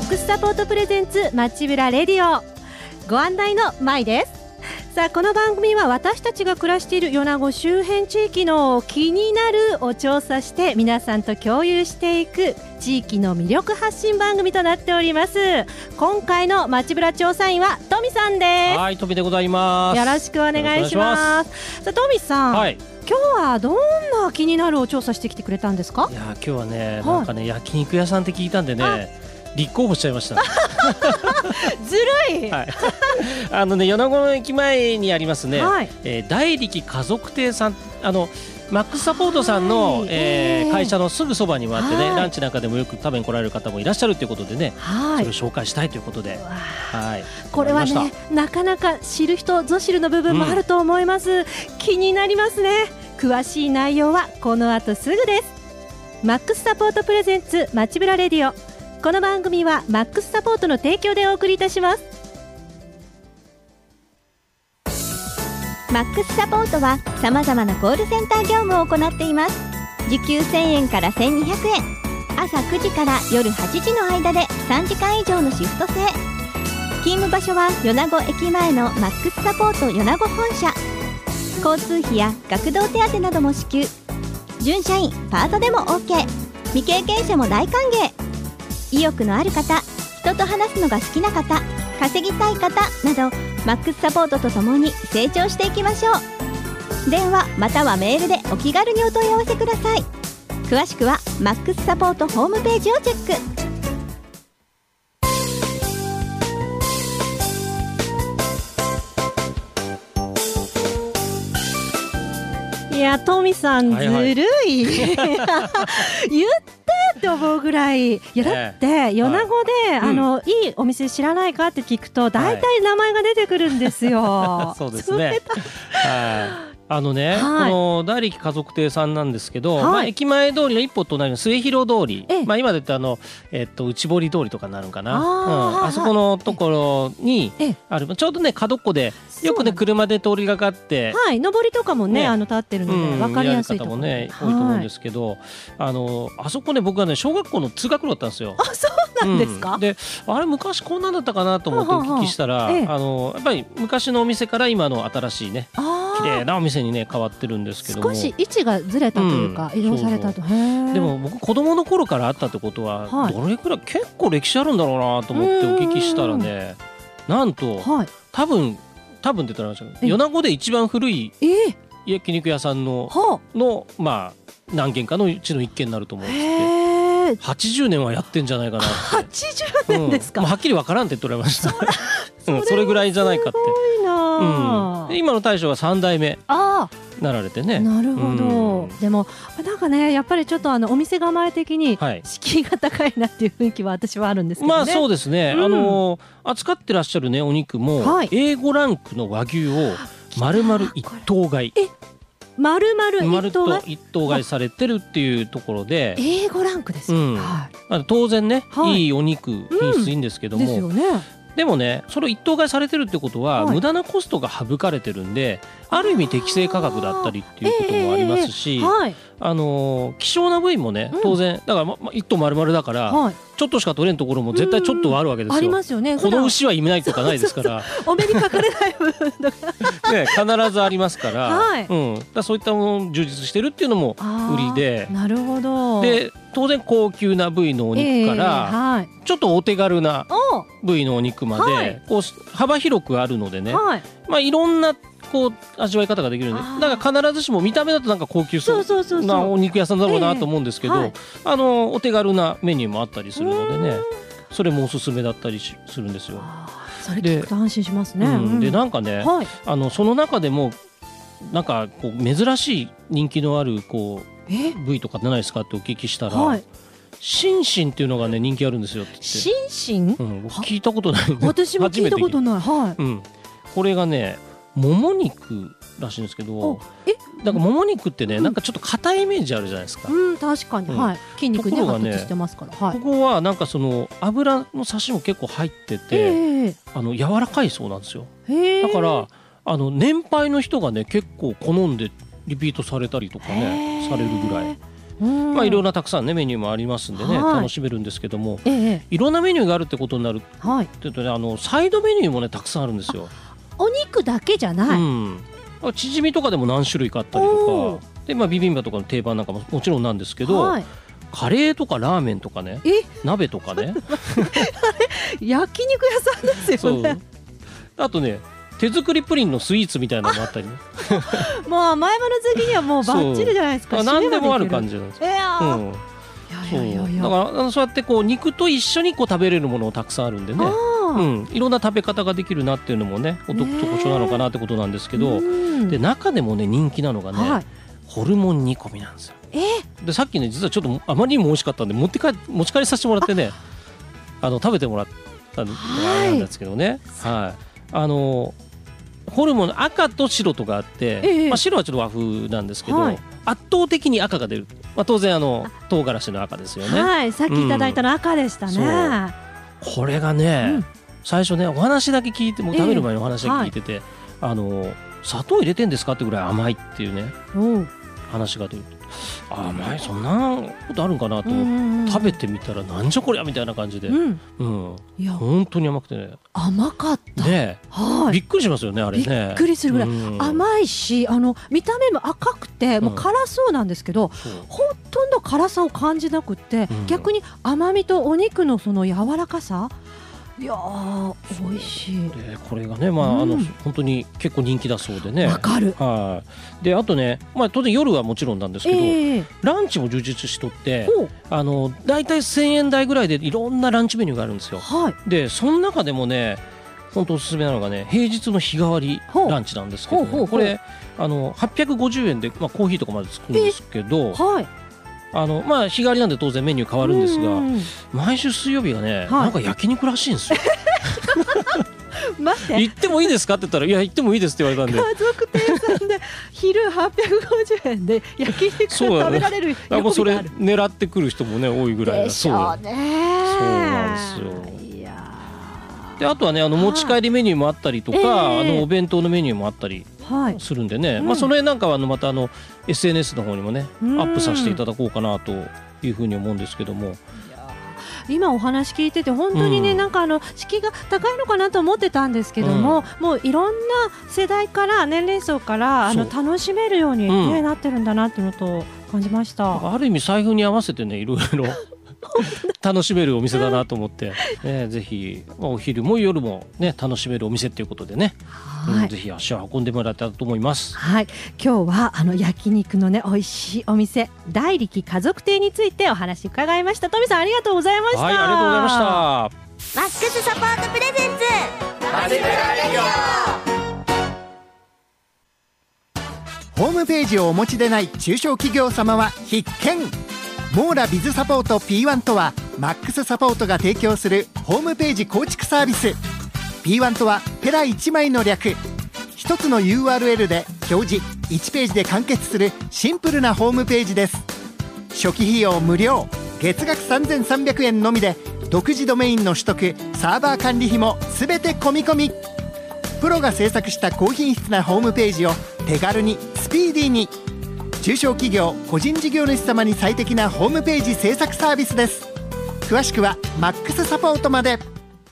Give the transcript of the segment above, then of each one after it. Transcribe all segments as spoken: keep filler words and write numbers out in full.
ックスサポートプレゼンツ街ブラレディオ、ご案内のまいです。さあ、この番組は私たちが暮らしている米子周辺地域の気になるを調査して皆さんと共有していく地域の魅力発信番組となっております。今回の街ブラ調査員はトミさんです。 はい、トミでございます。 よろしくお願いします。さあ、トミさん、はい、今日はどんな気になるを調査してきてくれたんですか？ いや今日はね、なんかね、焼肉屋さんって聞いたんでね、立候補しちゃいましたずるい、はい、 あのね、米子駅前にありますね、はい、えー、大力家族亭さん、あのマックスサポートさんの、はい、えー、会社のすぐそばにもあってね、はい、ランチなんかでもよく食べに来られる方もいらっしゃるということでね、はい、それを紹介したいということで、はい、 これはね、なかなか知る人ぞ知るの部分もあると思います、うん、気になりますね。詳しい内容はこの後すぐです。マックスサポートプレゼンツ街ブラレディオ、この番組はマックスサポートの提供でお送りいたします。 マックスサポートはさまざまなコールセンター業務を行っています。時給せんえんからせんにひゃくえん、朝くじから夜はちじの間でさんじかん以上のシフト制。勤務場所は米子駅前のマックスサポート米子本社。交通費や学童手当なども支給。準社員パートでも OK、 未経験者も大歓迎。意欲のある方、人と話すのが好きな方、稼ぎたい方など、マックスサポートとともに成長していきましょう。電話またはメールでお気軽にお問い合わせください。詳しくはマックスサポートホームページをチェック。 いや、トミさん、はいはい、ずるい言ってって思うぐらい。いや、だって米子で、はい、あの、うん、いいお店知らないかって聞くと大体名前が出てくるんですよ、 はい、そうですね、はい、あのね、はい、この大力家族亭さんなんですけど、はい、まあ、駅前通りの一歩隣の末広通り、まあ、今で言ってあの、えっと、内堀通りとかになるかな、あ、うん、あそこのところにある、ちょうどね角っこでよくね車で通りがかって、 はい、上りとかも ね, ねあの立ってるので、うん、分かりやすいところ、 方もね多いと思うんですけど、はい、あのあそこね、僕はね小学校の通学路だったんですよ。 あ、そうなんですか、 うん、であれ昔こんなんだったかなと思ってお聞きしたら、ははは、ええ、あのやっぱり昔のお店から今の新しいね綺麗なお店にね変わってるんですけども、 少し位置がずれたというか、うん、移動されたと。 そうそう、へでも僕子供の頃からあったってことは、はい、どれくらい結構歴史あるんだろうなと思ってお聞きしたらね、なんと、はい、多分多分って言ったら米子で一番古い焼肉屋さん の, の、まあ、何軒かのうちの一軒になると思うんですって。はちじゅうねんはやってんじゃないかなって。 はちじゅうねんですか、 うん、はっきり分からんって言っておられましたそ, うん、それぐらいじゃないかって。すごいな、うん、で今の大将がさん代目なられてね。 なるほど、うん、でもなんかね、やっぱりちょっとあのお店構え的に敷居が高いなっていう雰囲気は私はあるんですけどね。 まあそうですね、うん、あの扱ってらっしゃるねお肉も、はい、エーご ランクの和牛を丸々一頭買い、 え丸々一頭買い一頭買いされてるっていうところでエーご ランクですよ、うん、はい、 当然ね、はい、いいお肉品質いいんですけども、うん、ですよね。でもね、それを一頭買いされてるってことは、はい、無駄なコストが省かれてるんで、ある意味適正価格だったりっていうこともありますし、えーはい、あのー、希少な部位もね当然、うん、だから、ま、一頭丸々だから、はい、ちょっとしか取れんところも絶対ちょっとはあるわけですよ。 ありますよね。 この牛は意味ないとかないですから、 そうそうそう、お目にかかれない部分とか、 ね、必ずありますから、はい、うん、だそういったもの充実してるっていうのも売りで。 なるほど。 で当然高級な部位のお肉から、えーはい、ちょっとお手軽な部位のお肉まで、はい、こう幅広くあるのでね、はい、まあ、いろんなこう味わい方ができるので、だから必ずしも見た目だとなんか高級そうなお肉屋さんだろうなと思うんですけど、えーはい、あのお手軽なメニューもあったりするのでね、それもおすすめだったりするんですよ。 それ聞くと安心しますね。 で、うん、でなんかね、はい、あのその中でもなんかこう珍しい人気のあるこう部位とかないですかってお聞きしたら、はい、シンシンっていうのがね人気あるんですよって言って。 シンシン、 うん、僕聞いたことない。 私も聞いたことない、はい、うん、 これがねもも肉らしいんですけど、えなんかもも肉ってね、うん、なんかちょっと硬いイメージあるじゃないですか。 うん、確かに、うん、はい、筋肉ね発達してますから、はい、 ここはなんかその油のサシも結構入ってて、えー、あの柔らかいそうなんですよ。だからあの年配の人がね結構好んでリピートされたりとかねされるぐらい。 まあ、いろんなたくさんねメニューもありますんでね、はい、楽しめるんですけども、ええ、いろんなメニューがあるってことになる、はい、っていうとね、あのサイドメニューもねたくさんあるんですよ。 お肉だけじゃない、うん、 チヂミとかでも何種類かあったりとかで、まあ、ビビンバとかの定番なんかももちろんなんですけど、はい、カレーとかラーメンとかね、鍋とかね焼肉屋さんですよね。 あとね手作りプリンのスイーツみたいなのもあったりねもう甘いもの好きにはもうバッチリじゃないですか。 何でもある感じなんですよ。だからそうやってこう肉と一緒にこう食べれるものもたくさんあるんでね、うん、いろんな食べ方ができるなっていうのもねお特徴なのかなってことなんですけど、で中でもね人気なのがね、はい、ホルモン煮込みなんですよ。 えでさっきね実はちょっとあまりにも美味しかったんで持って帰持ち帰りさせてもらってねあの食べてもらったんですけどね、はい、はい、あのホルモン赤と白とかあって、ええ、まあ、白はちょっと和風なんですけど、はい、圧倒的に赤が出る、まあ、当然あの唐辛子の赤ですよね。 はい、さっきいただいたの赤でしたね、 うん、これがね、うん、最初ねお話だけ聞いてもう食べる前のお話だけ聞いてて、ええ、はい、あの砂糖入れてんですかってぐらい甘いっていうね、うん、話が出る。甘いそんなことあるんかなと思って食べてみたらなんじゃこりゃみたいな感じで、うんうん、いや本当に甘くてね、 甘かったね、はい、びっくりしますよねあれね。 びっくりするぐらい、うん、甘いし、あの見た目も赤くてもう辛そうなんですけど、うん、ほとんど辛さを感じなくって、うん、逆に甘みとお肉のその柔らかさ、いやー美味しい。 でこれがね、まあ、うん、あの本当に結構人気だそうでね。 わかる。 はい。であとね、まあ、当然夜はもちろんなんですけど、えー、ランチも充実しとってあのだいたいせんえん台ぐらいでいろんなランチメニューがあるんですよ、はい、でその中でもね本当おすすめなのがね平日の日替わりランチなんですけど、ね、ほうほうほう、これあのはっぴゃくごじゅうえんで、まあ、コーヒーとかまでつくんですけど、えーはい、あのまあ、日替わりなんで当然メニュー変わるんですが、毎週水曜日がね、はい、なんか焼肉らしいんですよ待って行ってもいいですかって言ったらいや行ってもいいですって言われたんで、 家族店さんで昼はっぴゃくごじゅうえんで焼肉が食べられる曜日がある。 もうそれ狙ってくる人もね多いぐらいでしょうね。 そうなんですよ。いやであとはねあの持ち帰りメニューもあったりとか、はい、あのお弁当のメニューもあったりするんでね、はい、まあ、その辺なんかはあのまたあの エスエヌエス の方にもねアップさせていただこうかなというふうに思うんですけども、 今お話聞いてて本当にね、うん、なんかあの敷居が高いのかなと思ってたんですけども、うん、もういろんな世代から年齢層からあの楽しめるように、ね、うん、なってるんだなっていうのと感じました。 ある意味財布に合わせてねいろいろ楽しめるお店だなと思って、ね、ぜひお昼も夜も、ね、楽しめるお店ということでね、はい、うん、ぜひ足を運んでもらえたらと思います。 はい、今日はあの焼肉のね美味しいお店大力家族亭についてお話伺いました。トミさんありがとうございました。 はい、ありがとうございました。 マックスサポートプレゼンツマジメラレディオ。ホームページをお持ちでない中小企業様は必見。モーラビズサポート ピーワン とはマックスサポートが提供するホームページ構築サービス。 ピーワン とはペラいちまいの略。一つの ユーアールエル で表示いちページで完結するシンプルなホームページです。初期費用無料、月額さんぜんさんびゃくえんのみで独自ドメインの取得、サーバー管理費もすべて込み込み。プロが制作した高品質なホームページを手軽にスピーディーに。中小企業個人事業主様に最適なホームページ制作サービスです。詳しくはマックスサポートまで。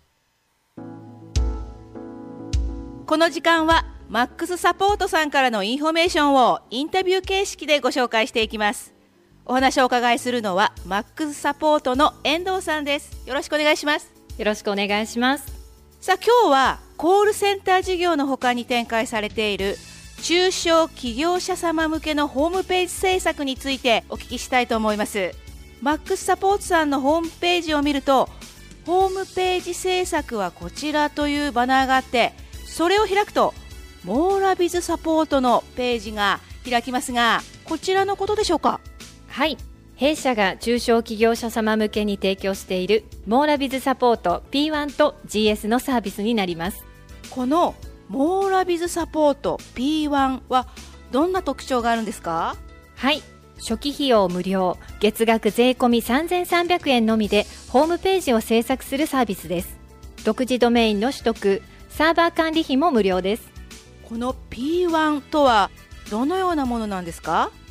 この時間はマックスサポートさんからのインフォメーションをインタビュー形式でご紹介していきます。お話をお伺いするのはマックスサポートの遠藤さんです。よろしくお願いします。 よろしくお願いします。 さあ今日はコールセンター事業の他に展開されている中小企業者様向けのホームページ制作についてお聞きしたいと思います。マックスサポートさんのホームページを見ると、ホームページ制作はこちらというバナーがあって、それを開くとモーラビズサポートのページが開きますが、こちらのことでしょうか？ はい、弊社が中小企業者様向けに提供しているモーラビズサポート ピーワン と ジーエス のサービスになります。 このモーラビズサポート ピーワン はどんな特徴があるんですか？ はい、初期費用無料、月額税込みさんぜんさんびゃくえんのみでホームページを制作するサービスです。独自ドメインの取得、サーバー管理費も無料です。 この ピーワン とはどのようなものなんですか？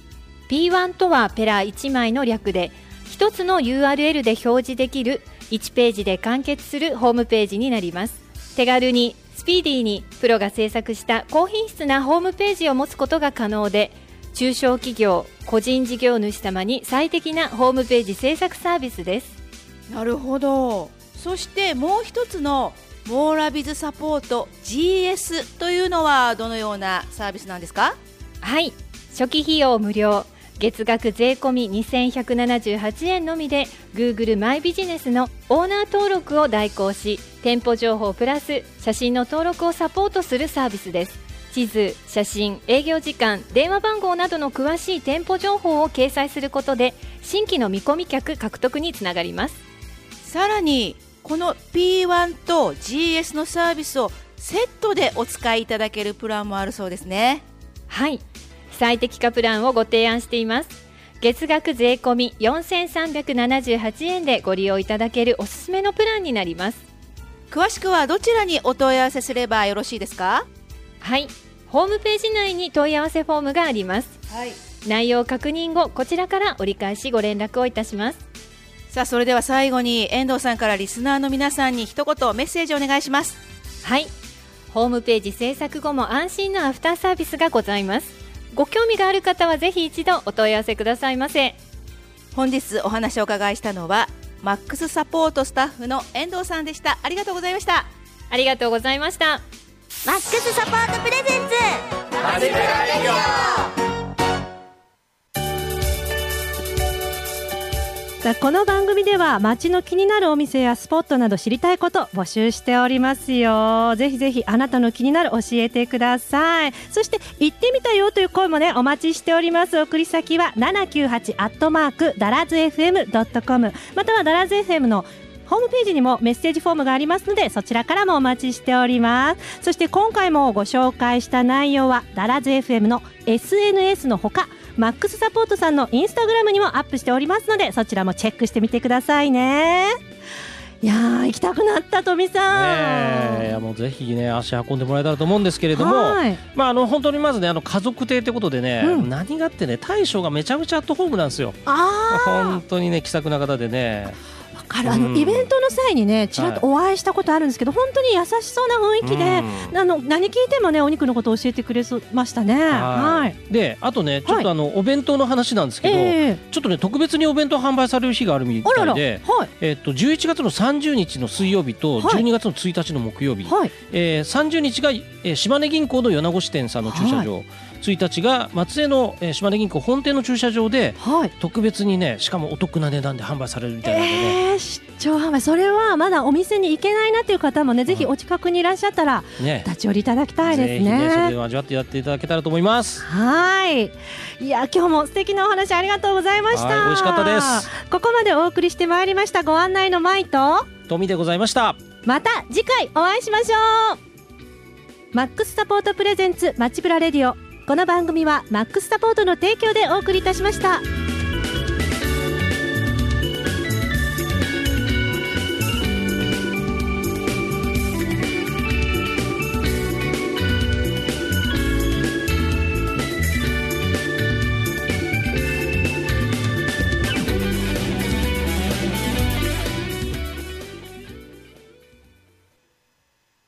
ピーワン とはペラいちまいの略で、一つの ユーアールエル で表示できるいちページで完結するホームページになります。手軽にスピーディーにプロが制作した高品質なホームページを持つことが可能で、中小企業、個人事業主様に最適なホームページ制作サービスです。 なるほど。そしてもう一つのモーラビズサポート ジーエス というのはどのようなサービスなんですか？ はい、初期費用無料、月額税込みにせんひゃくななじゅうはちえんのみで Google マイビジネスのオーナー登録を代行し、店舗情報プラス写真の登録をサポートするサービスです。地図、写真、営業時間、電話番号などの詳しい店舗情報を掲載することで新規の見込み客獲得につながります。 さらにこの ピーワン と ジーエス のサービスをセットでお使いいただけるプランもあるそうですね。 はい、最適化プランをご提案しています。月額税込みよんせんさんびゃくななじゅうはちえんでご利用いただけるおすすめのプランになります。 詳しくはどちらにお問い合わせすればよろしいですか？ はい、ホームページ内に問い合わせフォームがあります。 はい、 内容確認後、こちらから折り返しご連絡をいたします。 さあ、それでは最後に遠藤さんからリスナーの皆さんに一言メッセージをお願いします。 はい、ホームページ制作後も安心なアフターサービスがございます。ご興味がある方はぜひ一度お問い合わせくださいませ。 本日お話をお伺いしたのはマックスサポートスタッフの遠藤さんでした。ありがとうございました。 ありがとうございました。 マックスサポートプレゼンツマジブラレディオ。 さあ、この番組では街の気になるお店やスポットなど知りたいこと募集しておりますよ。ぜひぜひあなたの気になる教えてください。そして行ってみたよという声もね、お待ちしております。送り先は ななきゅうはち アットマークダラズ エフエム ドットコム、 またはダラズ エフエム のホームページにもメッセージフォームがありますので、そちらからもお待ちしております。そして今回もご紹介した内容はダラズ エフエム の エスエヌエス のほか、マックスサポートさんのインスタグラムにもアップしておりますので、そちらもチェックしてみてくださいね。いやー、行きたくなった。富さん、 ね、いやもうぜひね足運んでもらえたらと思うんですけれども、まあ、あの本当にまずね、あの家族亭ということでね、うん、何があってね、大将がめちゃめちゃアットホームなんですよ。あ本当にね気さくな方でね、 あの、うん、イベントの際にねちらっとお会いしたことあるんですけど、はい、本当に優しそうな雰囲気で、うん、あの何聞いてもねお肉のことを教えてくれましたね。はい、はい、 であとねちょっとあの、はい、お弁当の話なんですけど、えー、ちょっとね特別にお弁当販売される日があるみたいで、あらら、はい、えー、っとじゅういちがつのさんじゅうにちの水曜日とじゅうにがつのついたちの木曜日、はい、えー、さんじゅうにちが、えー、島根銀行の米子支店さんの駐車場、はい、ついたちが松江の、えー、島根銀行本店の駐車場で、はい、特別にねしかもお得な値段で販売されるみたいなので、ね、 えー、出張販売、それはまだお店に行けないなという方もね、ぜひお近くにいらっしゃったら、ね、立ち寄りいただきたいですね。ぜひねそれを味わってやっていただけたらと思います。 はい、いや今日も素敵なお話ありがとうございました。 はい、美味しかったです。 ここまでお送りしてまいりましたご案内のマイと富でございました。 また次回お会いしましょう。マックスサポートプレゼンツ街ブラレディオ、この番組はマックスサポートの提供でお送りいたしました。